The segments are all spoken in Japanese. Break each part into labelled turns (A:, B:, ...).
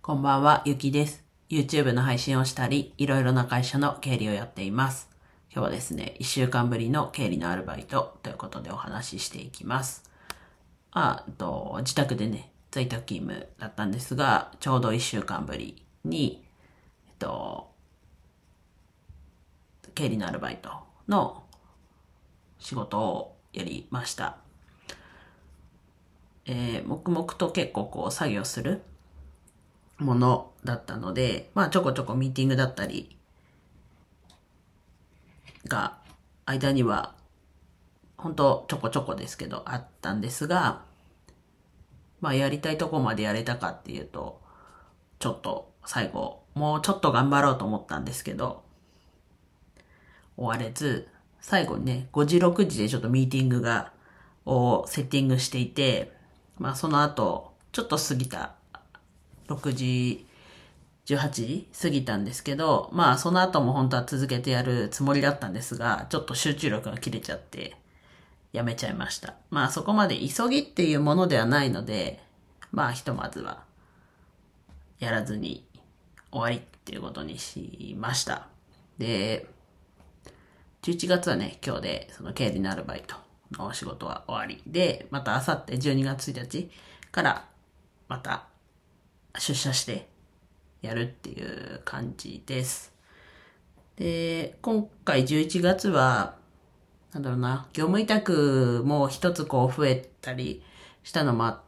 A: こんばんは、ゆきです。YouTube の配信をしたり、いろいろな会社の経理をやっています。今日はですね、1週間ぶりの経理のアルバイトということでお話ししていきます。自宅でね、在宅勤務だったんですが、ちょうど1週間ぶりに、経理のアルバイトの仕事をやりました。黙々と結構作業するものだったので、ちょこちょこミーティングだったりが、間には、本当ちょこちょこですけど、あったんですが、やりたいとこまでやれたかっていうと、ちょっと最後、もうちょっと頑張ろうと思ったんですけど、終われず、最後にね、5時6時でちょっとミーティングをセッティングしていて、その後、ちょっと過ぎた、6時、18時過ぎたんですけど、その後も本当は続けてやるつもりだったんですが、ちょっと集中力が切れちゃって、やめちゃいました。そこまで急ぎっていうものではないので、ひとまずは、やらずに終わりっていうことにしました。で、11月はね、今日でその経理のアルバイトの仕事は終わりで、また明後日12月1日からまた出社してやるっていう感じです。で、今回11月は、業務委託も一つ増えたりしたのもあって、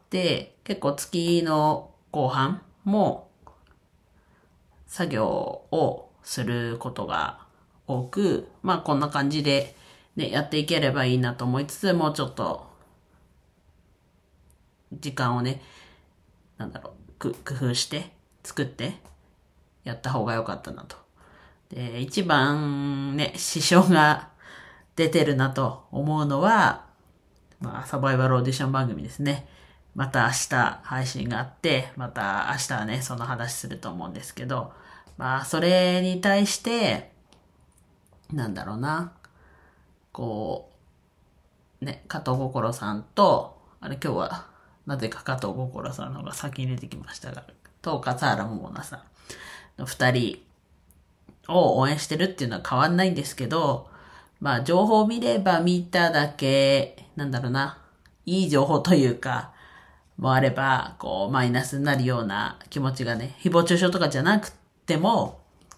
A: 結構月の後半も作業をすることが多く、こんな感じでね、やっていければいいなと思いつつ、もうちょっと時間をね、工夫して作ってやった方が良かったなと。で、一番ね、支障が出てるなと思うのは、サバイバルオーディション番組ですね。また明日配信があって、また明日はね、その話すると思うんですけど、それに対して、加藤心さんと、今日は、なぜか加藤心さんの方が先に出てきましたが、と、笠原桃奈さんの二人を応援してるっていうのは変わんないんですけど、情報を見れば見ただけ、いい情報というか、もあれば、マイナスになるような気持ちがね、誹謗中傷とかじゃなくても、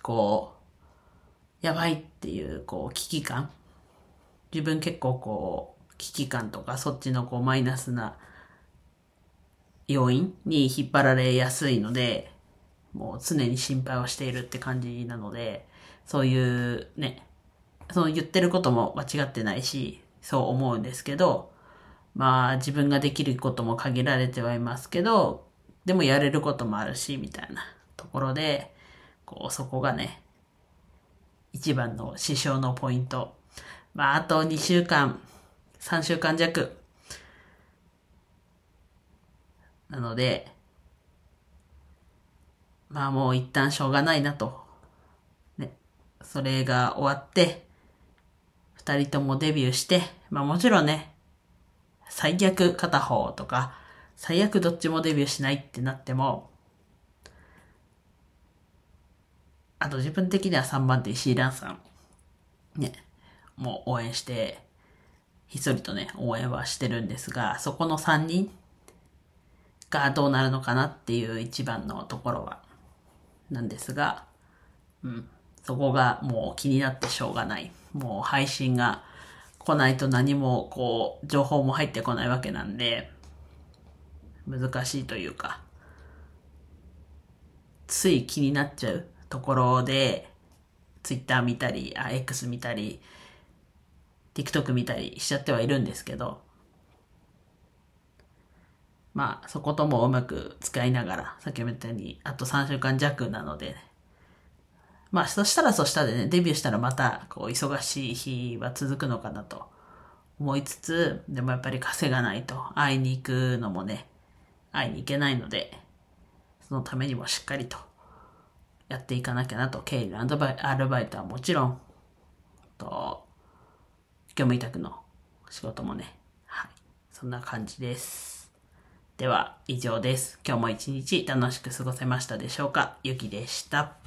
A: やばいっていう、危機感。自分結構危機感とか、そっちのマイナスな要因に引っ張られやすいので、もう常に心配をしているって感じなので、そういうね、その言ってることも間違ってないし、そう思うんですけど、自分ができることも限られてはいますけど、でもやれることもあるし、みたいなところで、そこがね、一番の支障のポイント。あと2週間、3週間弱。なので、もう一旦しょうがないなと。ね。それが終わって、二人ともデビューして、もちろんね、最悪片方とか、最悪どっちもデビューしないってなっても、あと自分的には3番手石井蘭さん、ね、もう応援して、ひっそりとね、応援はしてるんですが、そこの3人がどうなるのかなっていう一番のところは、なんですが、そこがもう気になってしょうがない。もう配信が来ないと何も情報も入ってこないわけなんで、難しいというか、つい気になっちゃうところで、Twitter 見たり、X 見たり、TikTok 見たりしちゃってはいるんですけど、そこともうまく使いながら、さっきも言ったように、あと3週間弱なので、そしたらでね、デビューしたらまた、忙しい日は続くのかなと思いつつ、でもやっぱり稼がないと、会いに行くのもね、会いに行けないので、そのためにもしっかりとやっていかなきゃなと、経理のアルバイトはもちろん、業務委託の仕事もね、はい、そんな感じです。 では、以上です。今日も一日楽しく過ごせましたでしょうか？ゆきでした。